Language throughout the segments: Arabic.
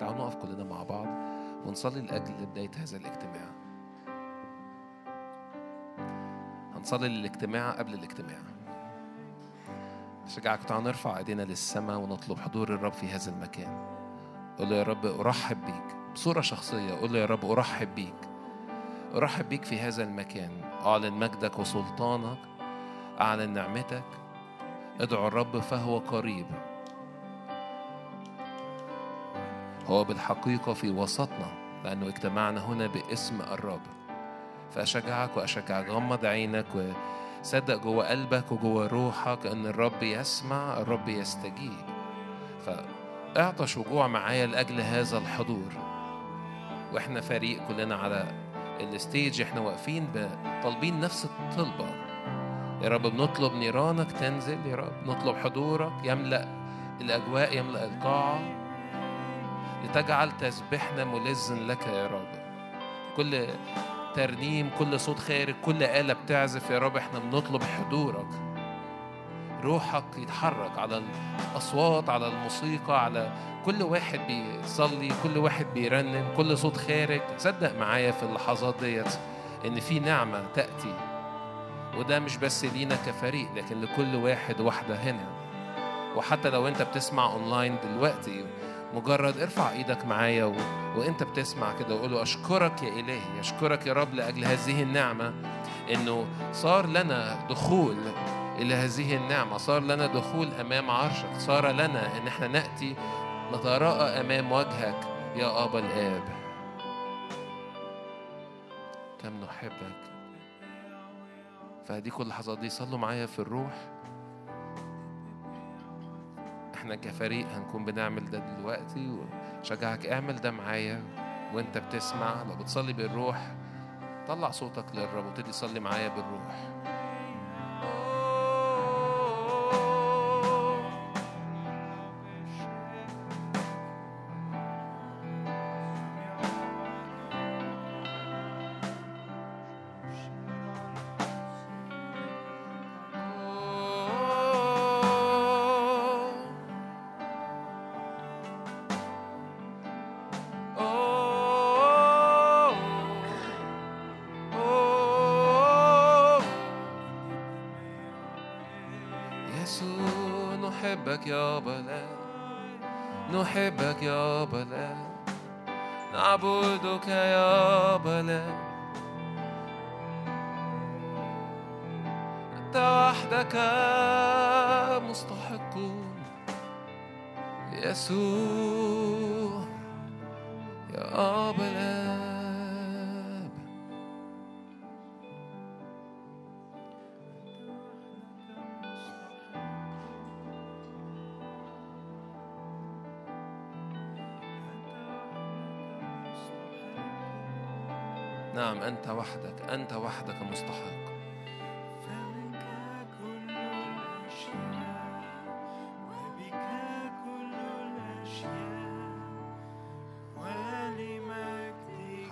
تعالوا نقف كلنا مع بعض ونصلي لأجل بداية هذا الاجتماع. هنصلي للاجتماع قبل الاجتماع. أشجعك تعالوا نرفع ايدينا للسماء ونطلب حضور الرب في هذا المكان. قول له يا رب أرحب بيك بصورة شخصية. قول له يا رب أرحب بيك، أرحب بيك في هذا المكان. أعلن مجدك وسلطانك، أعلن نعمتك. ادعو الرب فهو قريب، هو بالحقيقة في وسطنا، لأنه اجتمعنا هنا باسم الرب. فأشجعك وأشجعك غمض عينك وصدق جوه قلبك وجوه روحك أن الرب يسمع، الرب يستجيب. فاعطش وجوع معايا لأجل هذا الحضور. وإحنا فريق كلنا على الستيج، إحنا واقفين طالبين نفس الطلبة. يا رب بنطلب نيرانك تنزل، يا رب نطلب حضورك يملأ الأجواء، يملأ القاعة، لتجعل تسبيحنا ملذ لك يا رب. كل ترنيم، كل صوت خارج، كل آلة بتعزف يا رب، احنا بنطلب حضورك. روحك يتحرك على الأصوات، على الموسيقى، على كل واحد بيصلي، كل واحد بيرنم، كل صوت خارج. صدق معايا في اللحظات ديت إن في نعمة تأتي، وده مش بس لينا كفريق لكن لكل واحد واحدة هنا. وحتى لو انت بتسمع اونلاين دلوقتي، مجرد ارفع ايدك معايا وانت بتسمع كده وقول له أشكرك يا إلهي، أشكرك يا رب لأجل هذه النعمة، إنه صار لنا دخول إلى هذه النعمة، صار لنا دخول أمام عرشك، صار لنا إن احنا نأتي نتراءى أمام وجهك يا أبا الآب. كم نحبك. فهدي كل اللحظات دي صلوا معايا في الروح. احنا كفريق هنكون بنعمل ده دلوقتي، وشجعك اعمل ده معايا وانت بتسمع. لو بتصلي بالروح طلع صوتك للرب وابتدي صلي معايا بالروح. نحبك يا بلاد، نحبك يا بلاد، نعبدك يا بلاد. أنت وحدك مستحق يسوع يا بلاد. نعم أنت وحدك، أنت وحدك مستحق. فمنك كل الأشياء وبك كل الأشياء ولمجدك.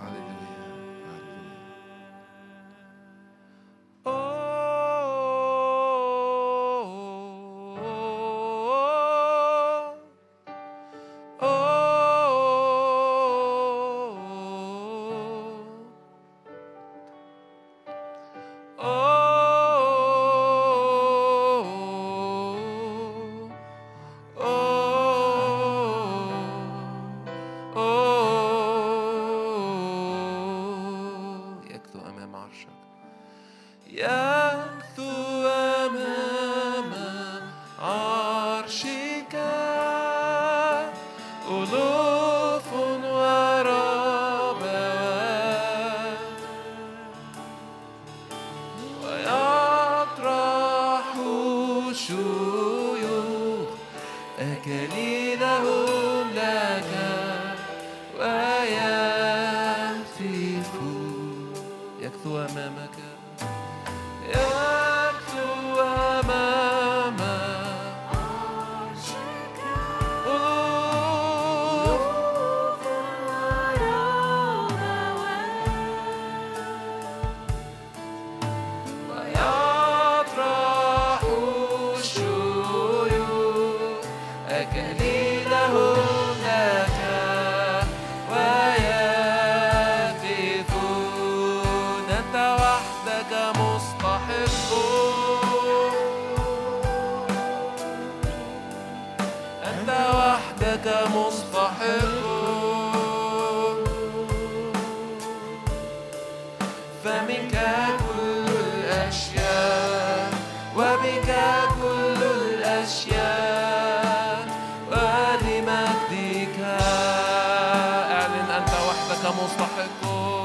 مستحق،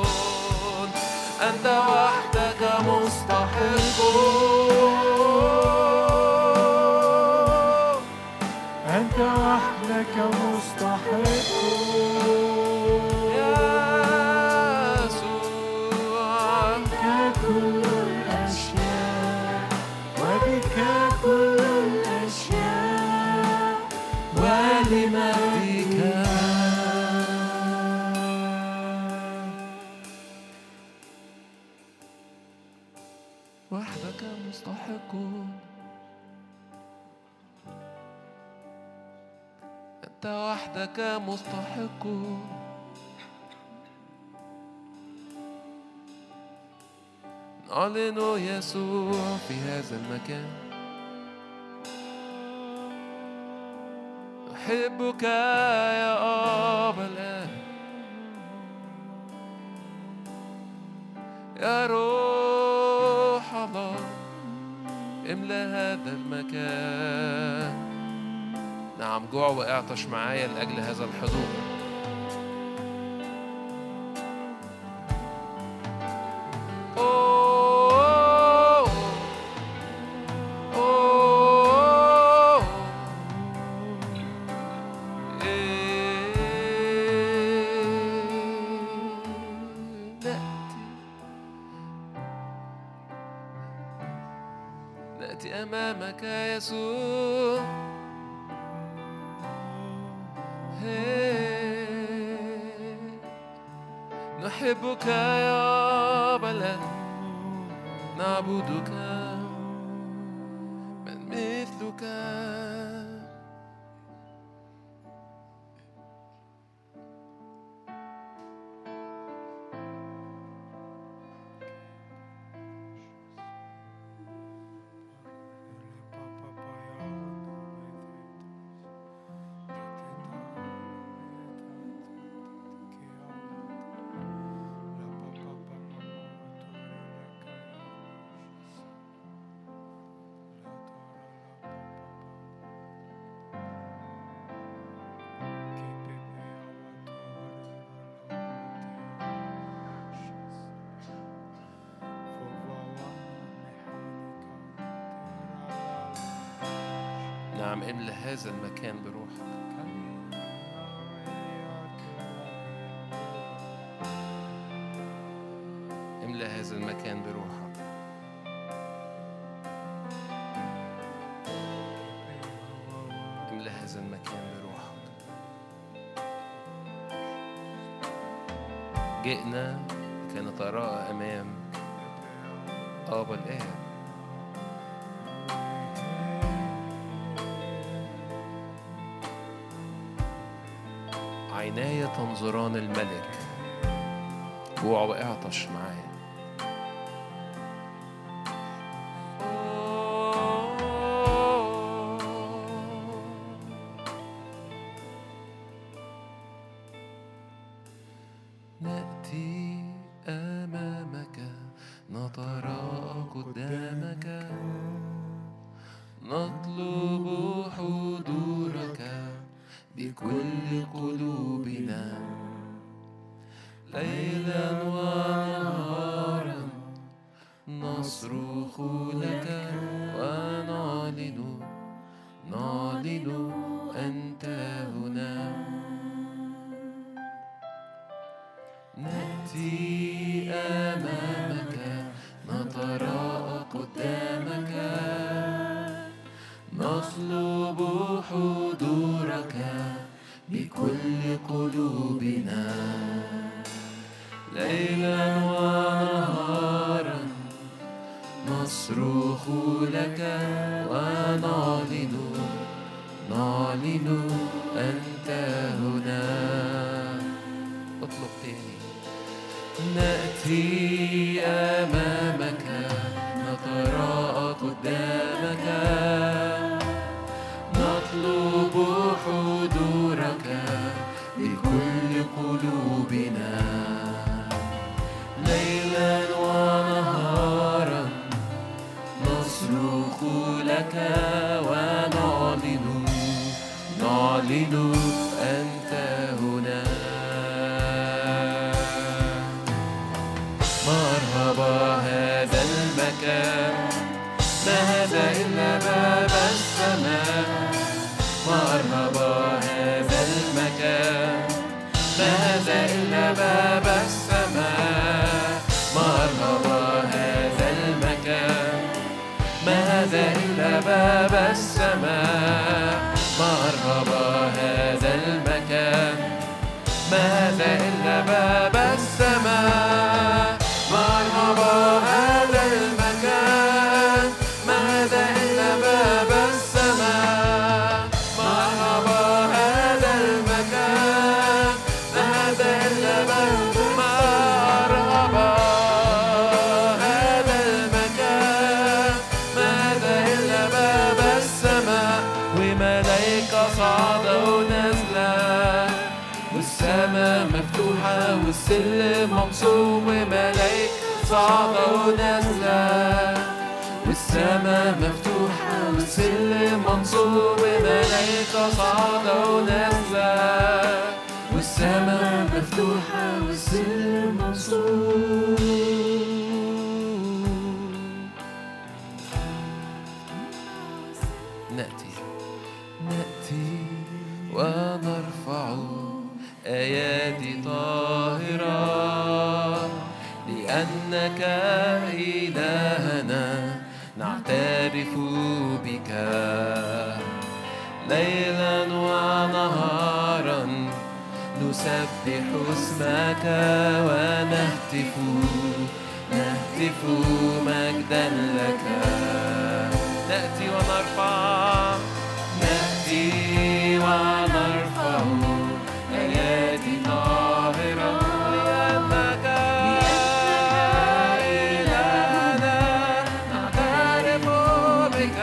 أنت وحدك مستحق، أنت وحدك مستحق يا يسوع. بك كل الأشياء وبك كل الأشياء ولمجدك وحدك مستحق، أنت وحدك مستحق، نعلن يسوع في هذا المكان. أحبك يا أبا الآب، يا روح الله املأ هذا المكان. نعم، جوع واعطش معايا لأجل هذا الحضور. أوه أوه نأتي أمامك يا يسوع. نحبك يا بلد، نعبدك، من مثلك. نعم، املأ هذا المكان بروحك. املأ هذا المكان بروحك. املأ هذا المكان بروحك. جئنا كي نتراءى أمام آبا الآب. عيناي تنظران الملك. جوع واعطش معايا. نأتي أمامك، نتراءى قدامك، نطلب حضورك بكل قلوبنا، ليلا ونهارا نصرخ لك ونعلن أنت هنا. نأتي أمامك، نتراءى قدامك، نطلب حضورك بكل قلوبنا، ليلا ونهارا نصرخ لك ونعلن أنت هنا. اطلب تاني. نأتي أمامك، نتراءى قدامك، نطلب حضورك بكل قلوبنا، ليلا ونهارا نصرخ لك ونعلن أنت هنا. هذا إلا باب السماء مرحبا هذا المكان ما هذا إلا باب السماء مرحبا هذا المكان ما هذا إلا باب السماء مرحبا هذا المكان ما هذا إلا باب السماء مرحبا هذا المكان ما هذا إلا باب السماء مرحبا هذا المكان ما هذا إلا باب مرحبا هذا المكان ما هذا إلا باب السماء وملايكة صاعدة ونازلة والسماء مفتوحة والسلم منصوب وملايكة صاعدة ونازلة والسماء مفتوحة والسلم منصوب وملايكة صاعدة ونازلة والسماء مفتوحة والسلم منصوب نأتي ونرفع أيادي طاهرة لأنك إلهنا نعترف بك ليلا ونهارا نسبح اسمك ونهتف مجدا لك نأتي ونرفع أيادي طاهرة لأنك إلهنا نعترف بك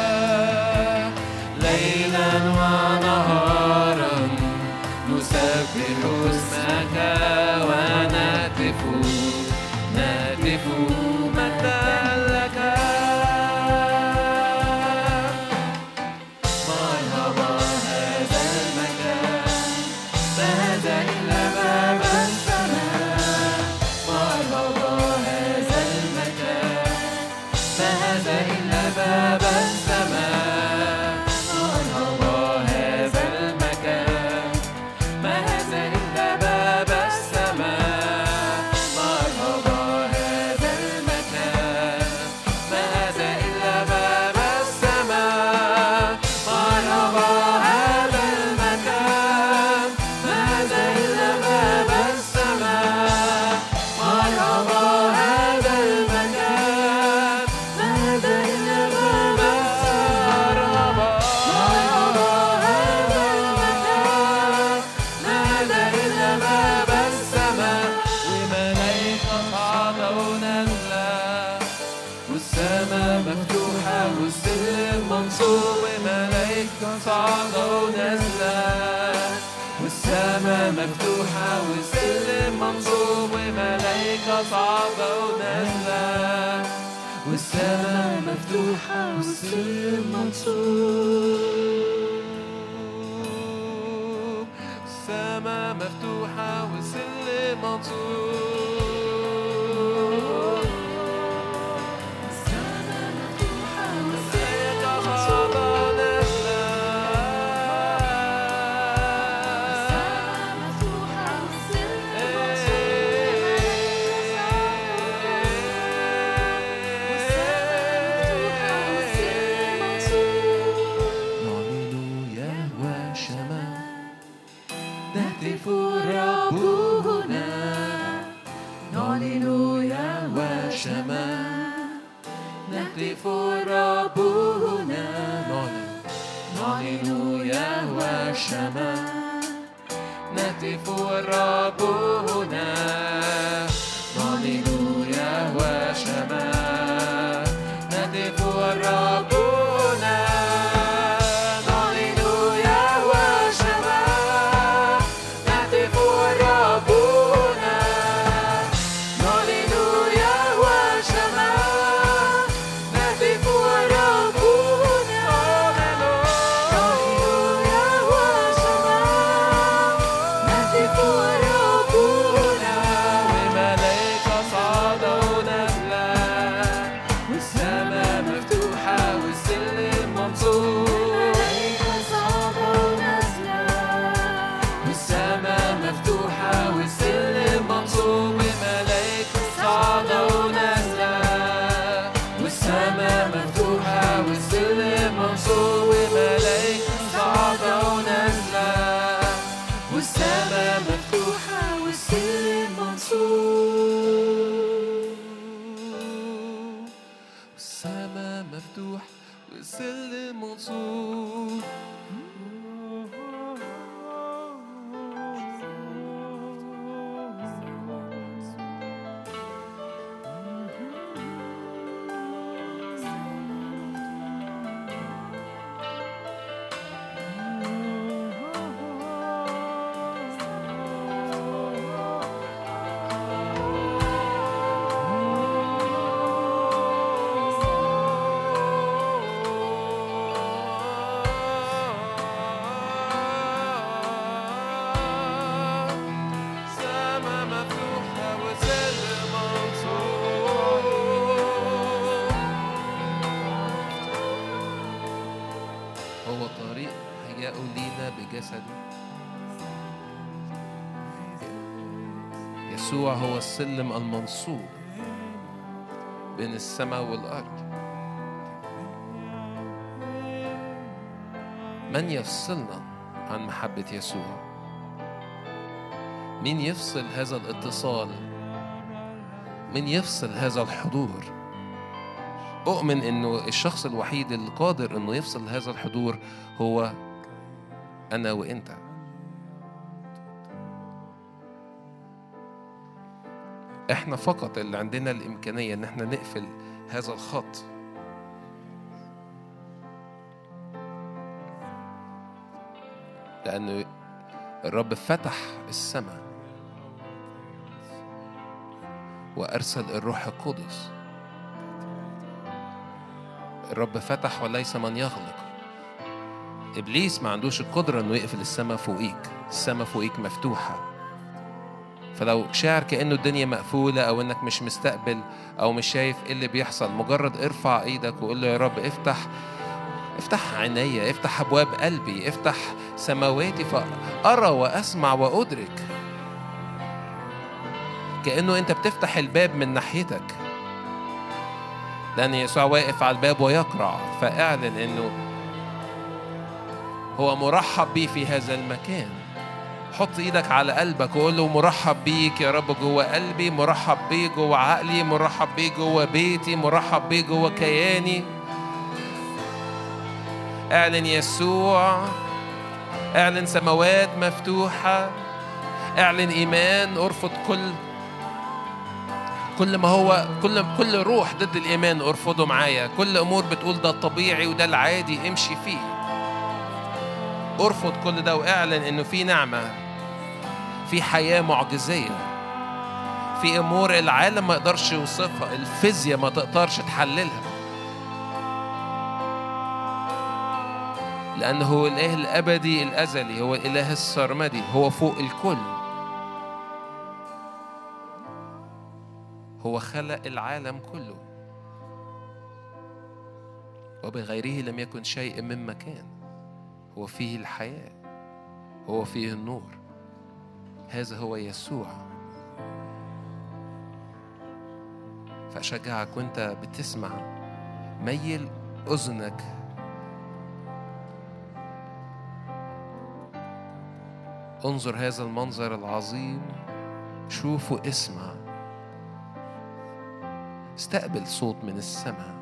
ليلا ونهارا نسبح اسمك ونهتف مجدا لك مفتوحة والسلم منصوب وملايكة صاعدة ونازلة والسماء مفتوحة والسلم منصوب السماء مفتوحة والسلم منصوب السماء مفتوحة والسلم منصوب نهتف الرب هنا نعلن يهوى الشمال نهتف الرب هنا نعلن يهوى الشمال نهتف الرب هنا نعلن يهوى الشمال نهتف الرب هنا نعلن يهوى الشمال نهتف الرب هنا نعلن يهوى الشمال نهتف الرب مفتوحة والسلم منصوب وملايكة صاعدة ونازلة والسما مفتوحة والسلم منصوب وملايكة صاعدة ونازلة والسما مفتوحة والسلم منصوب والسما مفتوح والسلم منصوب يسوع هو السلم المنصوب بين السماء والأرض. من يفصلنا عن محبة يسوع؟ مين يفصل هذا الاتصال؟ مين يفصل هذا الحضور؟ أؤمن إنه الشخص الوحيد القادر إنه يفصل هذا الحضور هو أنا وإنت. إحنا فقط اللي عندنا الإمكانية إن إحنا نقفل هذا الخط. لأنه الرب فتح السماء وأرسل الروح القدس. الرب فتح وليس من يغلق. إبليس ما عندوش القدرة إنه يقفل السماء فوقيك. السماء فوقيك مفتوحة. فلو شاعر كأنه الدنيا مقفولة أو إنك مش مستقبل أو مش شايف إيه اللي بيحصل، مجرد ارفع إيدك وقول له يا رب افتح عيني، افتح أبواب قلبي، افتح سماواتي فأرى وأسمع وأدرك. كأنه أنت بتفتح الباب من ناحيتك، لأن يسوع واقف على الباب ويقرع. فاعلن إنه هو مرحب بيه في هذا المكان. حط ايدك على قلبك وقول له مرحب بيك يا رب جوه قلبي، مرحب بيك جوه عقلي، مرحب بيك جوه بيتي، مرحب بيك جوه كياني. اعلن يسوع، اعلن سماوات مفتوحة، اعلن إيمان. ارفض كل ما هو كل روح ضد الإيمان ارفضه معايا. كل أمور بتقول ده الطبيعي وده العادي امشي فيه. ارفض كل ده واعلن إنه في نعمة، في حياة معجزية، في أمور العالم ما يقدرش يوصفها، الفيزياء ما تقدرش تحللها، لأنه هو الإله الأبدي الأزلي، هو الإله السرمدي، هو فوق الكل. هو خلق العالم كله وبغيره لم يكن شيء مما كان. هو فيه الحياة، هو فيه النور. هذا هو يسوع. فأشجعك وانت بتسمع، ميل أذنك انظر هذا المنظر العظيم، شوف واسمع، استقبل صوت من السماء.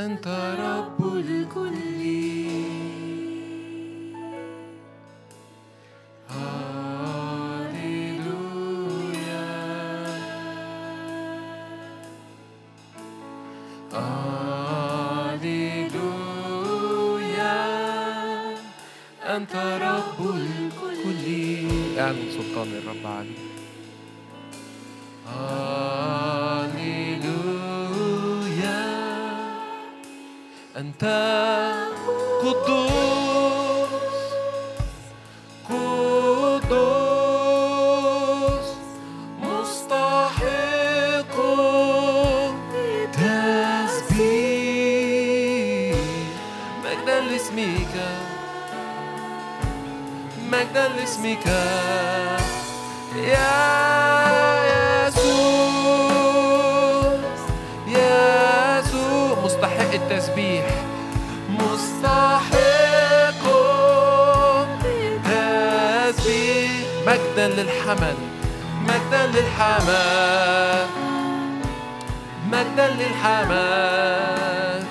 أنت رب الكل. أنت رب الكل. اعلن سلطان الرب عليك. هاليلويا. أنت قدوس قدوس مستحق تسبيح. مجدا لاسمك مجدا لاسمك يا يسوع. يسوع مستحق التسبيح مستحق التسبيح. مجدا للحمل مجدا للحمل مجدا للحمل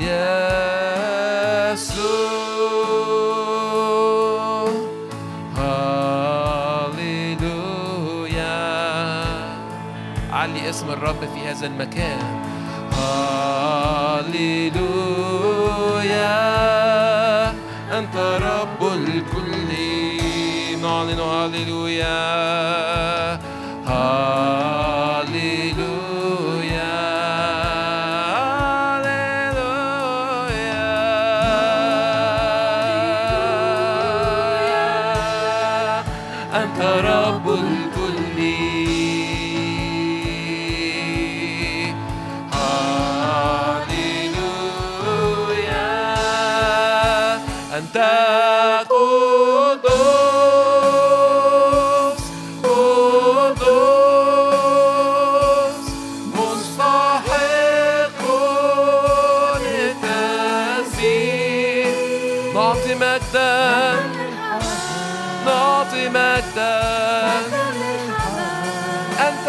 يسوع. علي اسم الرب في هذا المكان. هاليلويا. أنت رب الكل. نعلن هاليلويا هاليلويا هاليلويا. أنت رب الكل. أنت قدوس قدوس مستحق للتسبيح. نعطي مجدا نعطي مجدا. أنت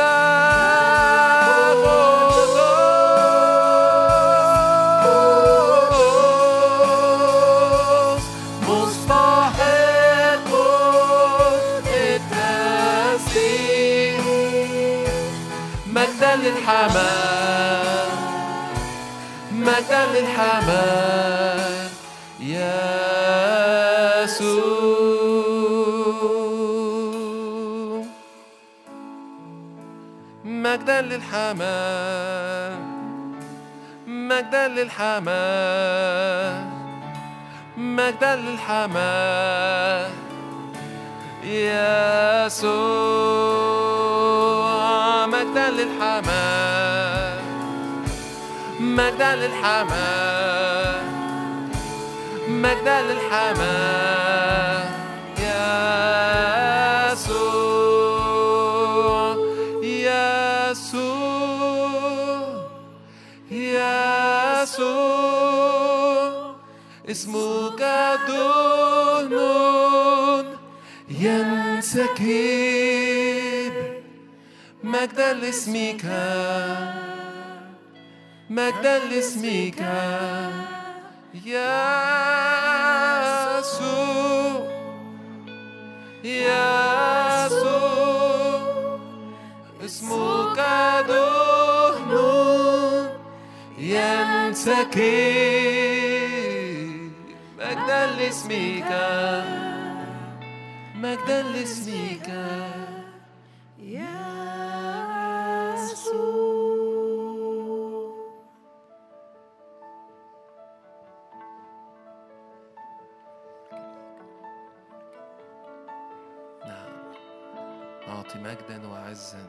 للحمام مجدا للحمام يسوع. مجدا للحمام مجدا للحمام مجدا للحمام يسوع. مجدا للحمام مجدا للحمام مجدا للحمام يسوع. يسوع يسوع. اسمك دهن ينسكب. مجدا لاسمك مجدا لاسمك يسوع. يسوع. اسمك دهن ينسكب. مجدا لاسمك مجدا لاسمك يسوع. نعم نعطي مجدا وعزا.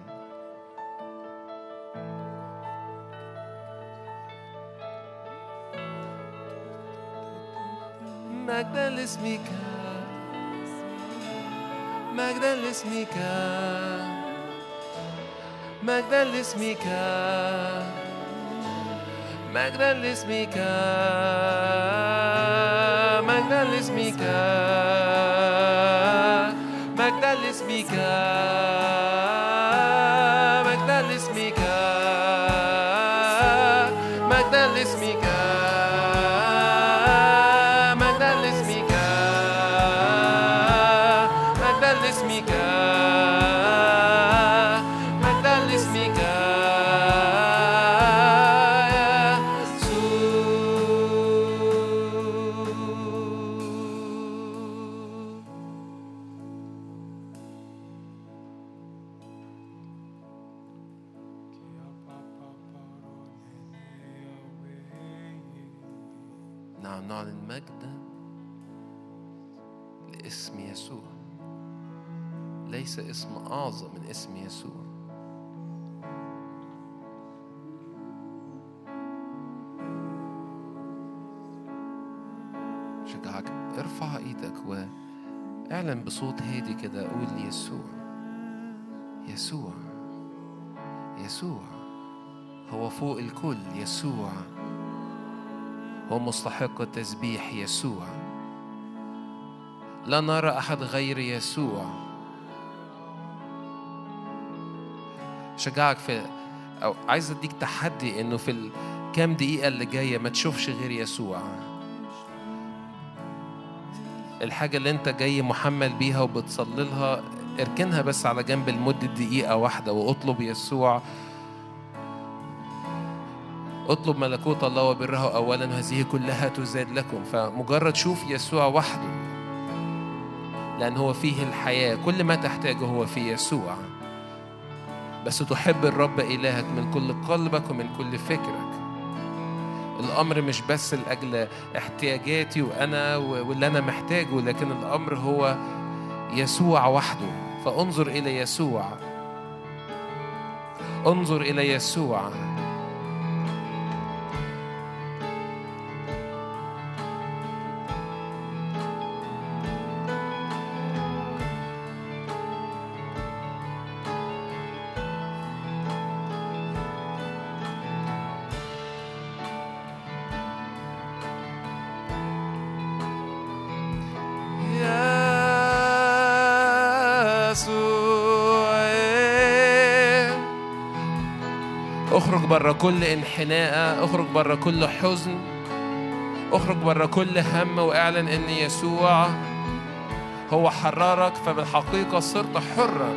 مجدا لاسمك مجدا لاسمك مجدا لاسمك مجدا لاسمك مجدا لاسمك مجدا لاسمك مجدا لاسمك مجدا لاسمك لاسمك مجدا لاسمك نعلن مجدا لاسم يسوع. ليس اسم أعظم من اسم يسوع. شجعك ارفع ايدك واعلن بصوت هادي كده، قول يسوع يسوع يسوع هو فوق الكل. يسوع هو مستحق التسبيح. يسوع لا نرى أحد غير يسوع. شجعك أو عايز أديك تحدي إنه في الكام دقيقة اللي جاية ما تشوفش غير يسوع. الحاجة اللي أنت جاي محمل بيها وبتصلي لها اركنها بس على جنب لمدة دقيقة واحدة واطلب يسوع. اطلب ملكوت الله وبره أولا، هذه كلها تزاد لكم. فمجرد شوف يسوع وحده، لأن هو فيه الحياة. كل ما تحتاجه هو في يسوع. بس تحب الرب إلهك من كل قلبك ومن كل فكرك. الأمر مش بس لأجل احتياجاتي وأنا واللي أنا محتاجه، لكن الأمر هو يسوع وحده. فانظر إلى يسوع، انظر إلى يسوع. اخرج برا كل انحناء، اخرج برا كل حزن، اخرج برا كل هم، واعلن ان يسوع هو حررك. فبالحقيقة صرت حرا.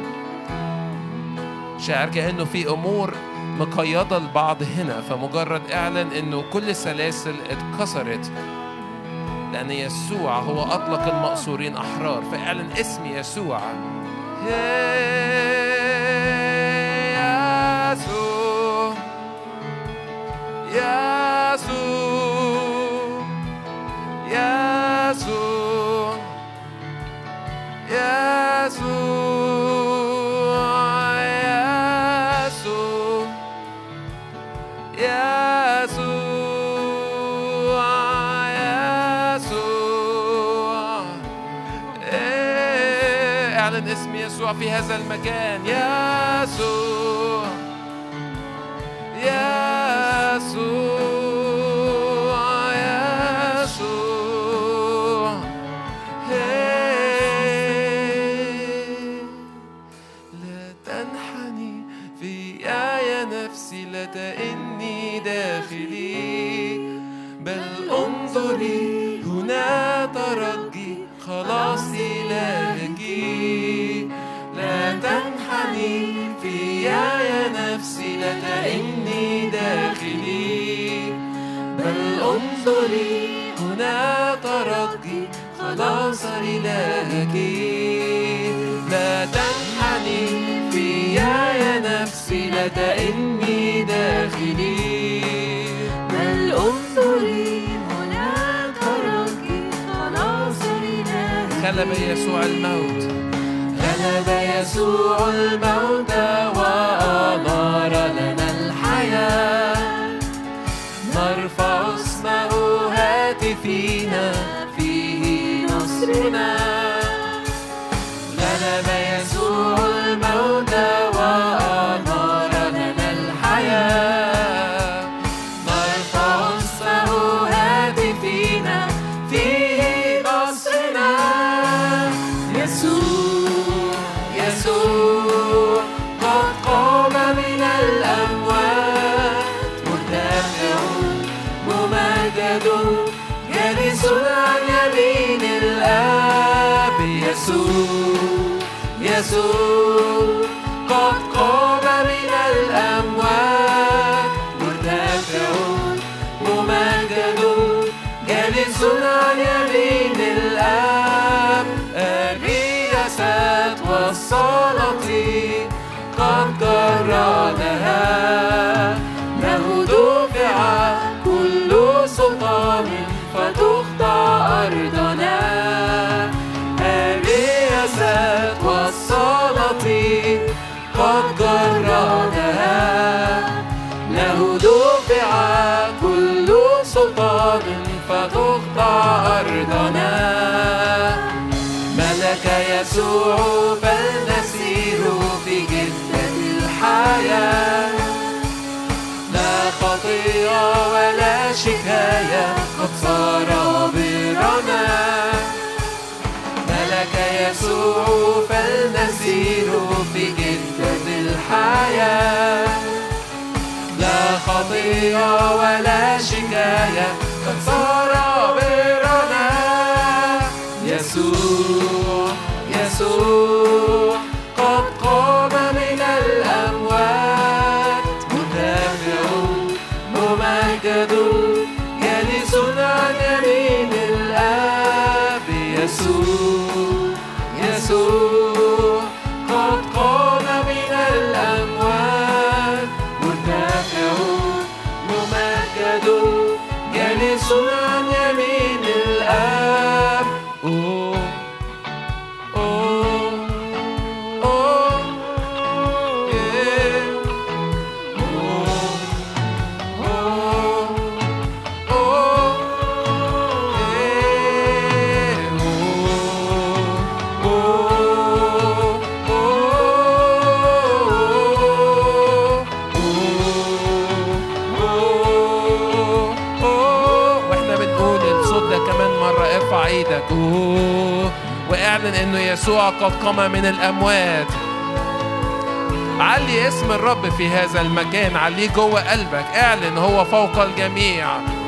شاعر كأنه في امور مقيدة البعض هنا، فمجرد اعلن انه كل سلاسل اتكسرت، لأن يسوع هو أطلق المأسورين أحرار. فاعلن اسم يسوع. يسوع يسوع يسوع اعلن اسم يسوع في هذا المكان. يسوع يسوع يسوع. لا تنحني في يا نفسي، لا تئني داخلي، بل انظري هنا ترجي خلاص إلهك. لا تنحني في يا نفسي، لا تئني داخلي، بل انظري هنا ترجي خلاص إلهك. لا تنحني في يا نفسي، لا تئني داخلي، بل انظري هنا ترجي خلاص إلهك. غلب يسوع الموت، غلب يسوع الموت وأنار لنا الحياة. نرفع اسمه هاتفينا، فيه نصرنا. غلب يسوع الموت وأنار لنا الحياة. نرفع اسمه هاتفينا، فيه نصرنا. يسوع قد قام من الأموات، مرتفع ممجد جالس عن يمين الآب. يسوع يسوع قد قام من الأموات مرتفع ممجد جالس عن يمين الآب الرياسات والسلاطين قد جردها له دفع كل سلطان فتخضع أرضنا الرياسات والسلاطين قد جردها له دفع كل سلطان فتخضع أرضنا ملك يسوع فلنسير في جدة الحياة لا خطيئة ولا شكاية قد صار برنا ملك يسوع فلنسير في جدة الحياة لا خطيئة ولا شكاية قد صار برنا يسوع يسوع قد قام من الأموات مرتفع ممجد جالس عن يمين الآب يسوع يسوع قد قام من الأموات مرتفع ممجد جالس عن يمين الآب ايدك واعلن انه يسوع قد قام من الاموات. علي اسم الرب في هذا المكان، عليه جوه قلبك، اعلن هو فوق الجميع.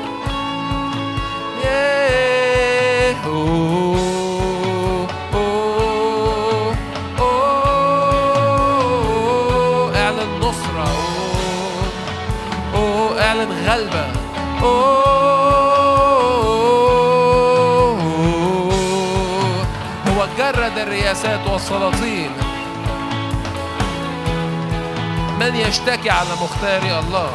اعلن نصرة، اعلن غلبة. هو جرد الرياسات والسلاطين. من يشتكي على مختاري الله؟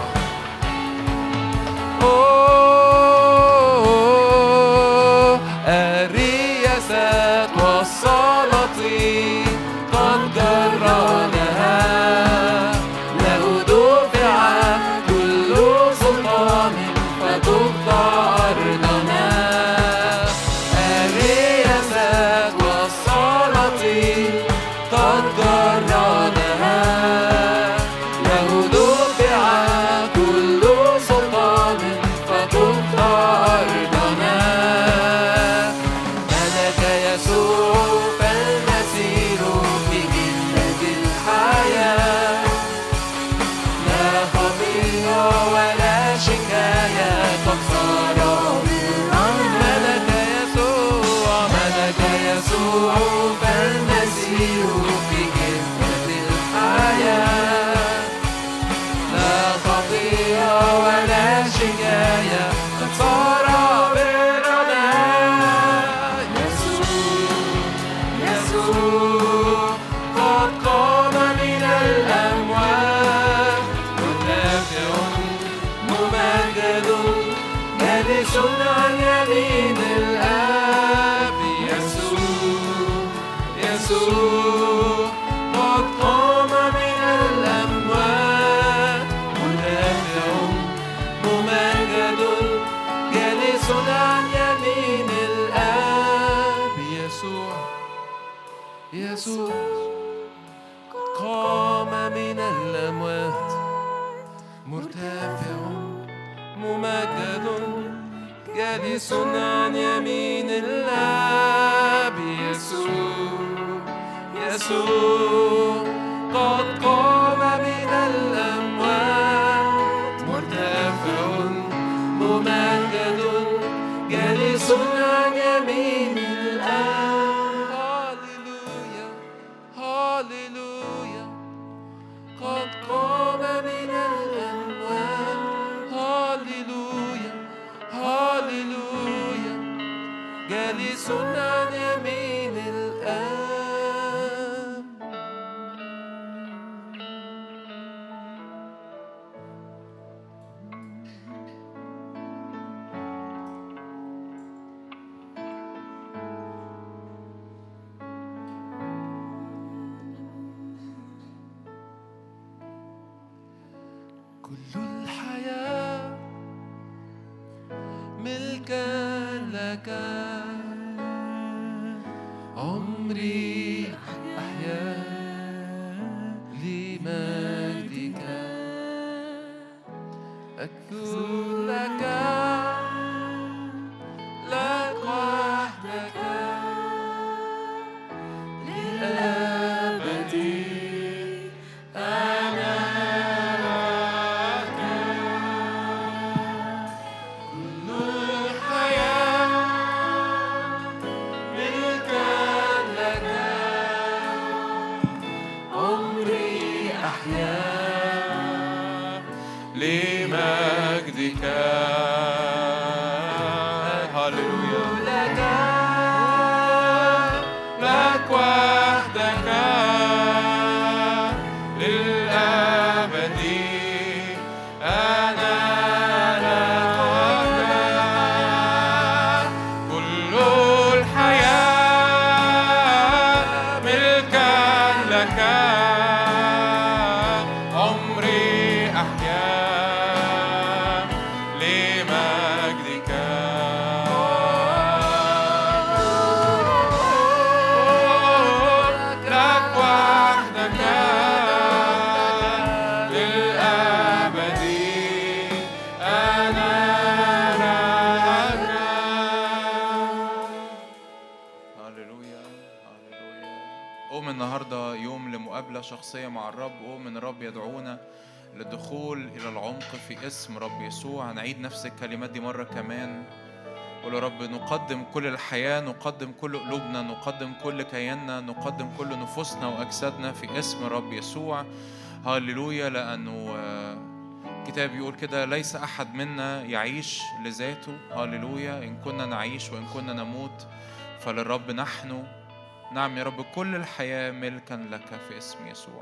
الرياسات والسلاطين قد جردها، له دفع كل سلطان فتخضع أرضنا. الرياسات والسلاطين قد جردها، له دفع كل سلطان فتخضع أرضنا. ملك يسوع فلنسير في جنة الحياة، لا خطيئة ولا شكاية قد صار برنا. ملك يسوع فلنسير في جنة الحياة، لا خطيئة ولا شكاية قد صار برنا. يسوع قد قام من الأموات، مرتفع ممجد جالس عن يمين الآب. يسوع قد قام من الأموات، مرتفع ممجد جالس عن يمين الآب. يسوع قام من الأموات، مرتفع ممجد جالس عن يمين الآب. يسوع قد قام من الأموات، مرتفع ممجد جالس عن يمين الآب. هاليلويا. كل الحياة ملكا لك، عمري أحيا لمجدك، أكثر لك وحدك للأبد. أنا لك كل الحياة ملكا لك، عمري أحيا لمجدك. شخصية مع الرب، ومن الرب يدعونا للدخول إلى العمق في اسم رب يسوع. هنعيد نفس الكلمات دي مرة كمان. قول يا رب نقدم كل الحياة، نقدم كل قلوبنا، نقدم كل كياننا، نقدم كل نفوسنا وأجسادنا في اسم رب يسوع. هاليلويا. لأنه الكتاب يقول كده ليس أحد منا يعيش لذاته. هاليلويا. إن كنا نعيش وإن كنا نموت فللرب نحن. نعم يا رب كل الحياة ملكا لك في اسم يسوع.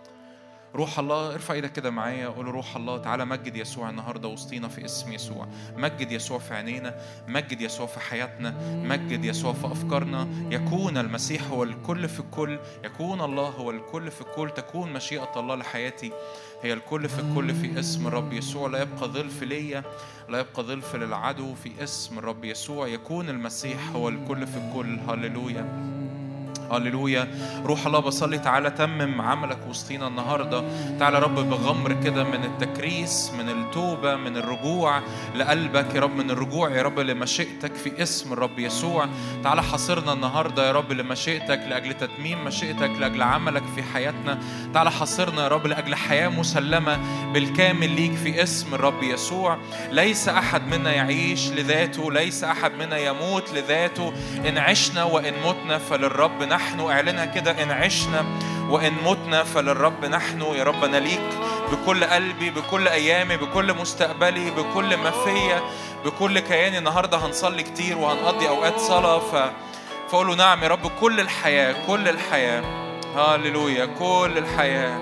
روح الله ارفع ايدك كده معايا، قول روح الله تعالى مجد يسوع النهارده وسطينا في اسم يسوع. مجد يسوع في عينينا، مجد يسوع في حياتنا، مجد يسوع في افكارنا. يكون المسيح هو الكل في الكل، يكون الله هو الكل في الكل، تكون مشيئة الله لحياتي هي الكل في الكل في اسم الرب يسوع. لا يبقى ظلف ليا، لا يبقى ظلف للعدو في اسم الرب يسوع. يكون المسيح هو الكل في الكل. هاليلويا هاليلويا. روح الله بصلي تعالى تمم عملك وسطينا النهارده. تعالى رب بغمر كده من التكريس، من التوبه، من الرجوع لقلبك يا رب، من الرجوع يا رب لمشيئتك في اسم الرب يسوع. تعالى حاصرنا النهارده يا رب لمشيئتك، لاجل تتميم مشيئتك، لاجل عملك في حياتنا. تعالى حاصرنا يا رب لاجل حياه مسلمه بالكامل ليك في اسم الرب يسوع. ليس احد منا يعيش لذاته، ليس احد منا يموت لذاته. ان عشنا وان متنا فللرب نحن. اعلنها كده، إن عشنا وإن متنا فللرب نحن. يا رب أنا ليك بكل قلبي، بكل أيامي، بكل مستقبلي، بكل ما فيا، بكل كياني. النهاردة هنصلي كتير وهنقضي أوقات صلاة، فقولوا نعم يا رب كل الحياة، كل الحياة. هاليلويا. كل الحياة.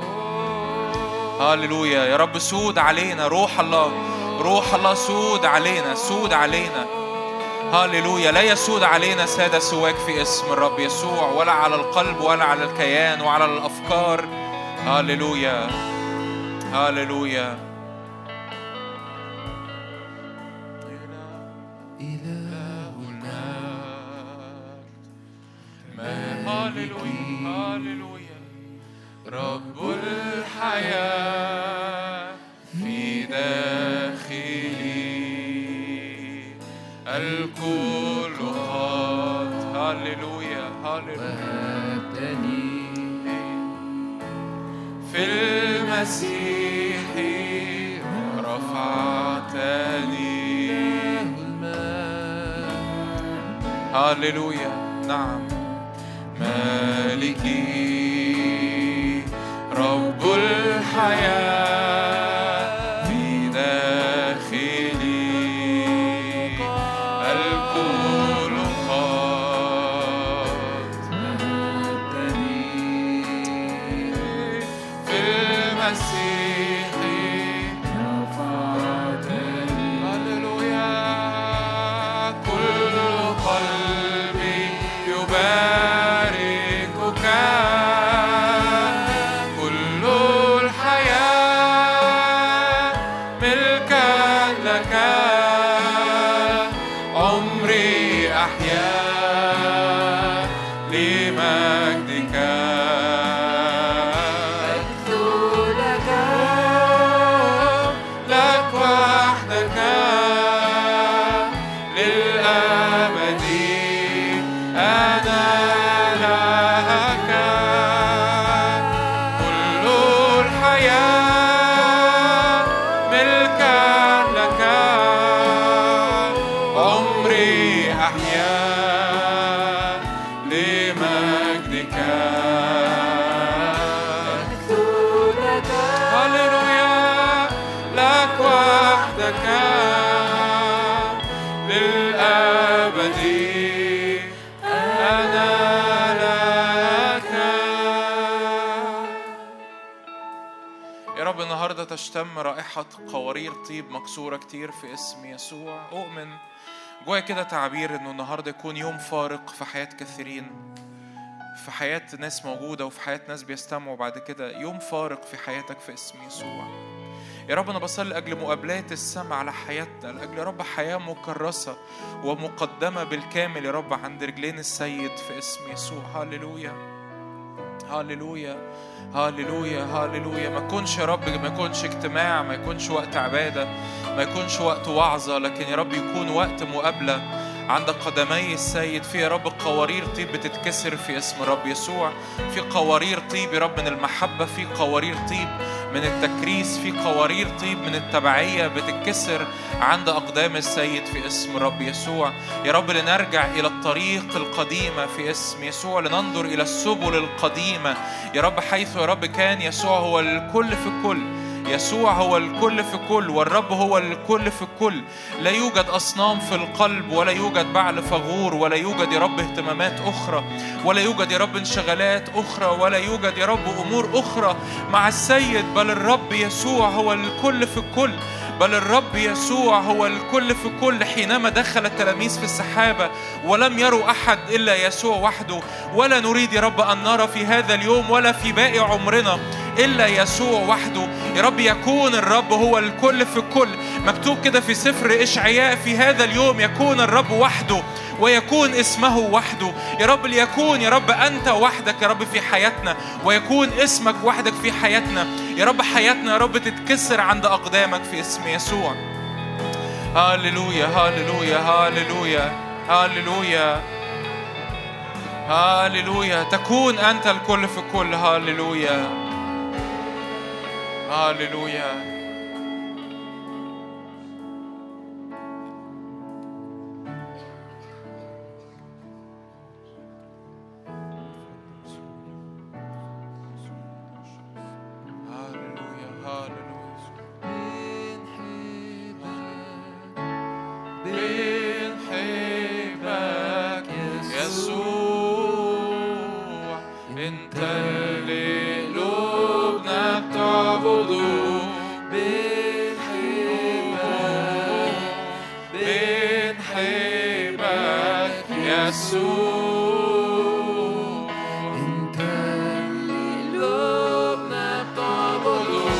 هاليلويا. يا رب سود علينا روح الله، روح الله سود علينا، سود علينا. هاليلويا. لا يسود علينا سادة سواك في اسم الرب يسوع، ولا على القلب ولا على الكيان وعلى الأفكار. هاليلويا هاليلويا. هاليلويا هاليلويا. رب الحياة في داخلي، الكل قد هاليلويا هاليلويا في المسيح رفعتني. هاليلويا. نعم مالكي رب الحياة في داخلي، الكل قد مدني في المسيح رفعتني. هللويا. كل قلبي يباركك رب النهاردة تشتم رائحة قوارير طيب مكسورة كتير في اسم يسوع. أؤمن جوايا كده تعبير إنه النهاردة يكون يوم فارق في حياة كثيرين، في حياة ناس موجودة وفي حياة ناس بيستمعوا بعد كده، يوم فارق في حياتك في اسم يسوع. يا رب أنا بصلي لأجل مقابلات السماء على حياتنا، لأجل يا رب حياة مكرسة ومقدمة بالكامل يا رب عند رجلين السيد في اسم يسوع. هاليلويا هاليلويا هاليلويا هاليلويا. ما يكونش يا رب، ما يكونش اجتماع، ما يكونش وقت عبادة، ما يكونش وقت وعظة، لكن يا رب يكون وقت مقابلة عند قدمي السيد. في يا رب قوارير طيب بتتكسر في اسم رب يسوع. في قوارير طيب يا رب من المحبة، في قوارير طيب من التكريس، في قوارير طيب من التبعية بتتكسر عند أقدام السيد في اسم رب يسوع. يا رب لنرجع إلى الطريق القديمة في اسم يسوع، لننظر إلى السبل القديمة يا رب، حيث يا رب كان يسوع هو الكل في الكل. يسوع هو الكل في الكل، والرب هو الكل في الكل. لا يوجد أصنام في القلب، ولا يوجد بعل فغور، ولا يوجد يا رب اهتمامات أخرى، ولا يوجد يا رب انشغالات أخرى، ولا يوجد يا رب أمور أخرى مع السيد، بل الرب يسوع هو الكل في الكل. بل الرب يسوع هو الكل في الكل. حينما دخل التلاميذ في السحابة ولم يروا أحد إلا يسوع وحده، ولا نريد يا رب أن نرى في هذا اليوم ولا في باقي عمرنا إلا يسوع وحده. يا رب يكون الرب هو الكل في الكل. مكتوب كده في سفر إشعياء في هذا اليوم يكون الرب وحده ويكون اسمه وحده. يا رب ليكون يا رب أنت وحدك يا رب في حياتنا، ويكون اسمك وحدك في حياتنا. يا رب حياتنا يا رب تتكسر عند أقدامك في اسم يسوع. هاليلويا هاليلويا هاليلويا هاليلويا هاليلويا. تكون أنت الكل في الكل. هاليلويا هاليلويا. بنحبك يسوع، انت اللي قلوبنا بتعبده. بنحبك يسوع، انت اللي قلوبنا بتعبده.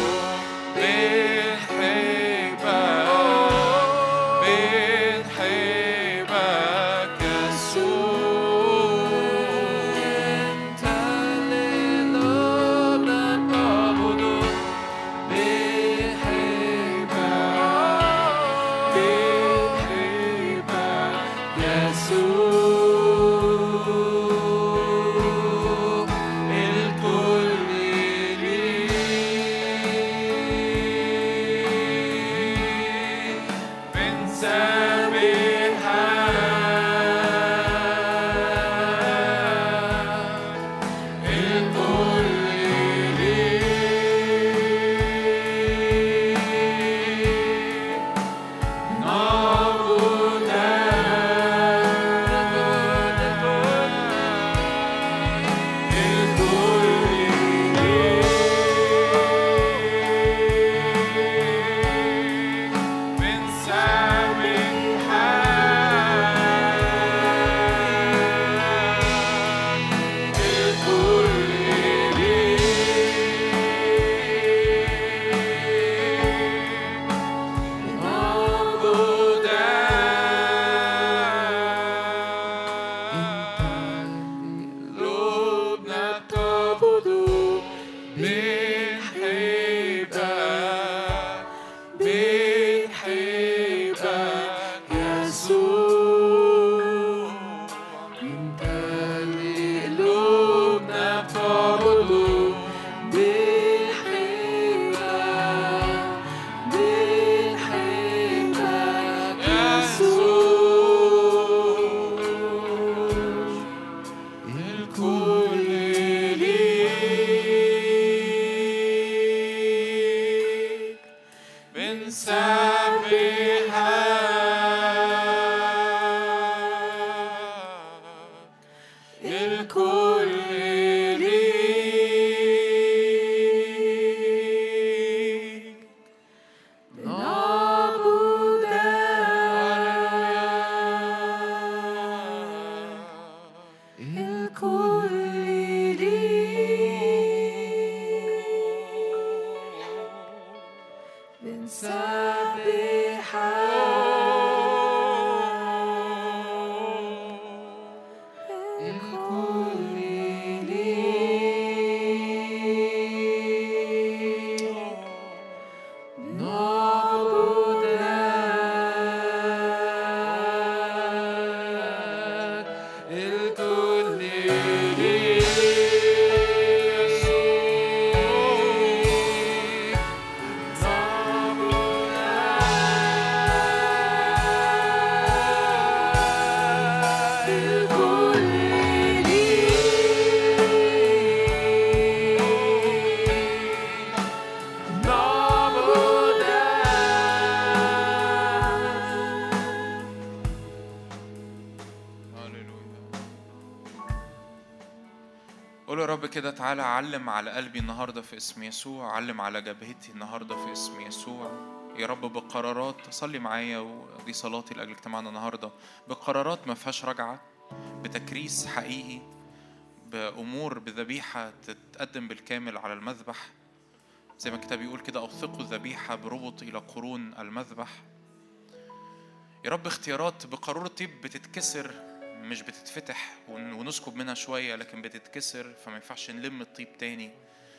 كده تعالى علم على قلبي النهاردة في اسم يسوع، علم على جبهتي النهاردة في اسم يسوع يا رب. بقرارات صلي معايا، ودي صلاتي لأجل اجتماعنا النهاردة، بقرارات ما فيهاش رجعة، بتكريس حقيقي، بأمور بذبيحة تتقدم بالكامل على المذبح زي ما الكتاب يقول كده، أوثقوا الذبيحة بربط إلى قرون المذبح يا رب. اختيارات بقارورة طيب بتتكسر مش بتتفتح ونسكب منها شوية، لكن بتتكسر فما ينفعش نلم الطيب تاني.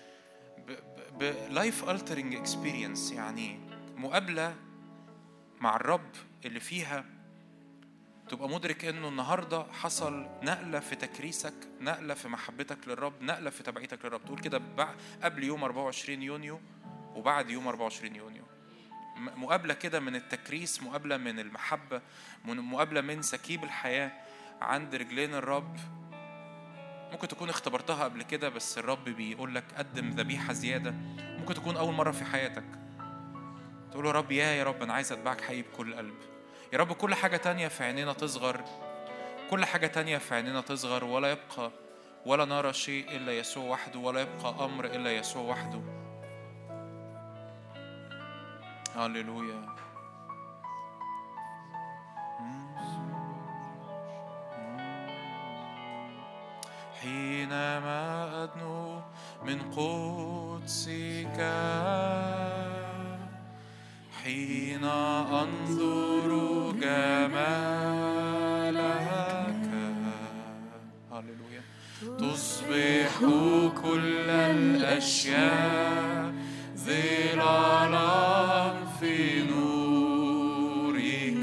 لايف altering experience، يعني مقابلة مع الرب اللي فيها تبقى مدرك انه النهاردة حصل نقلة في تكريسك، نقلة في محبتك للرب، نقلة في تبعيتك للرب. تقول كده قبل يوم 24 يونيو وبعد يوم 24 يونيو، مقابلة كده من التكريس، مقابلة من المحبة، مقابلة من سكيب الحياة عند رجلين الرب. ممكن تكون اختبرتها قبل كده بس الرب بيقول لك قدم ذبيحة زيادة. ممكن تكون أول مرة في حياتك تقول له رب يا رب أنا عايز أتبعك حقيقي بكل قلب يا رب. كل حاجة تانية في عينينا تصغر، كل حاجة تانية في عينينا تصغر، ولا يبقى ولا نرى شيء إلا يسوع وحده، ولا يبقى أمر إلا يسوع وحده. هاليلويا. حينما أدنو من قدسك، حين أنظر جمالك، هاليلويا، تصبح كل الأشياء ظلالا في نورك،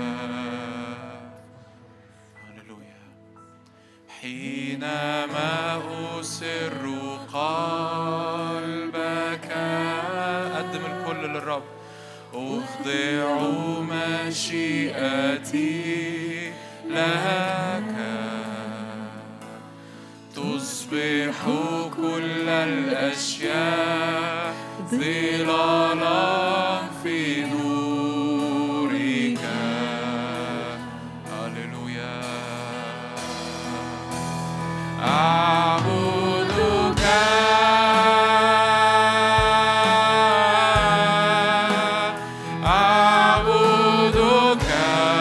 هاليلويا. حينما أسر قلبك، قدم الكل للرب، أخضع مشيئتي لك، تصبح كل الأشياء ظلالا في نورك، هاليلويا. أعبدك أعبدك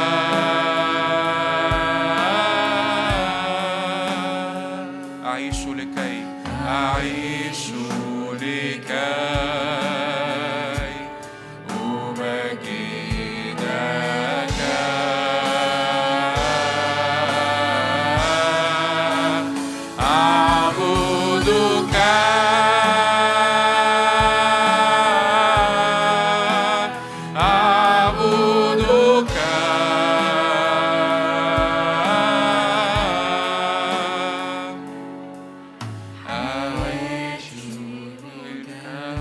أعيش لكي أعيش لكي أمجدك، أعبدك أعبدك أعيش لك،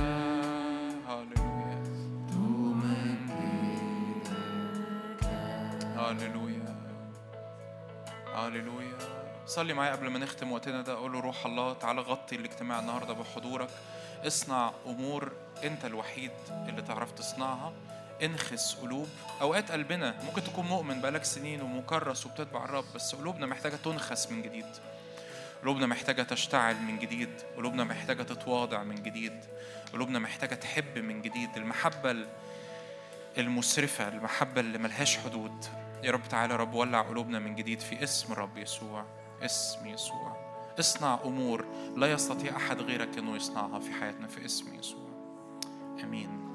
هاليلويا، هاليلويا. صلي معايا قبل ما نختم وقتنا ده، أقول له روح الله تعالى غطي الاجتماع النهاردة بحضورك، اصنع أمور أنت الوحيد اللي تعرف تصنعها، انخس قلوب. أوقات قلبنا ممكن تكون مؤمن بقالك سنين ومكرس وبتتبع الرب، بس قلوبنا محتاجة تنخس من جديد، قلوبنا محتاجة تشتعل من جديد، قلوبنا محتاجة تتواضع من جديد، قلوبنا محتاجة تحب من جديد، المحبة المسرفة، المحبة اللي ملهاش حدود. يا رب تعالى رب ولع قلوبنا من جديد في اسم رب يسوع، اسم يسوع. اصنع أمور لا يستطيع أحد غيرك أنه يصنعها في حياتنا في اسم يسوع، أمين.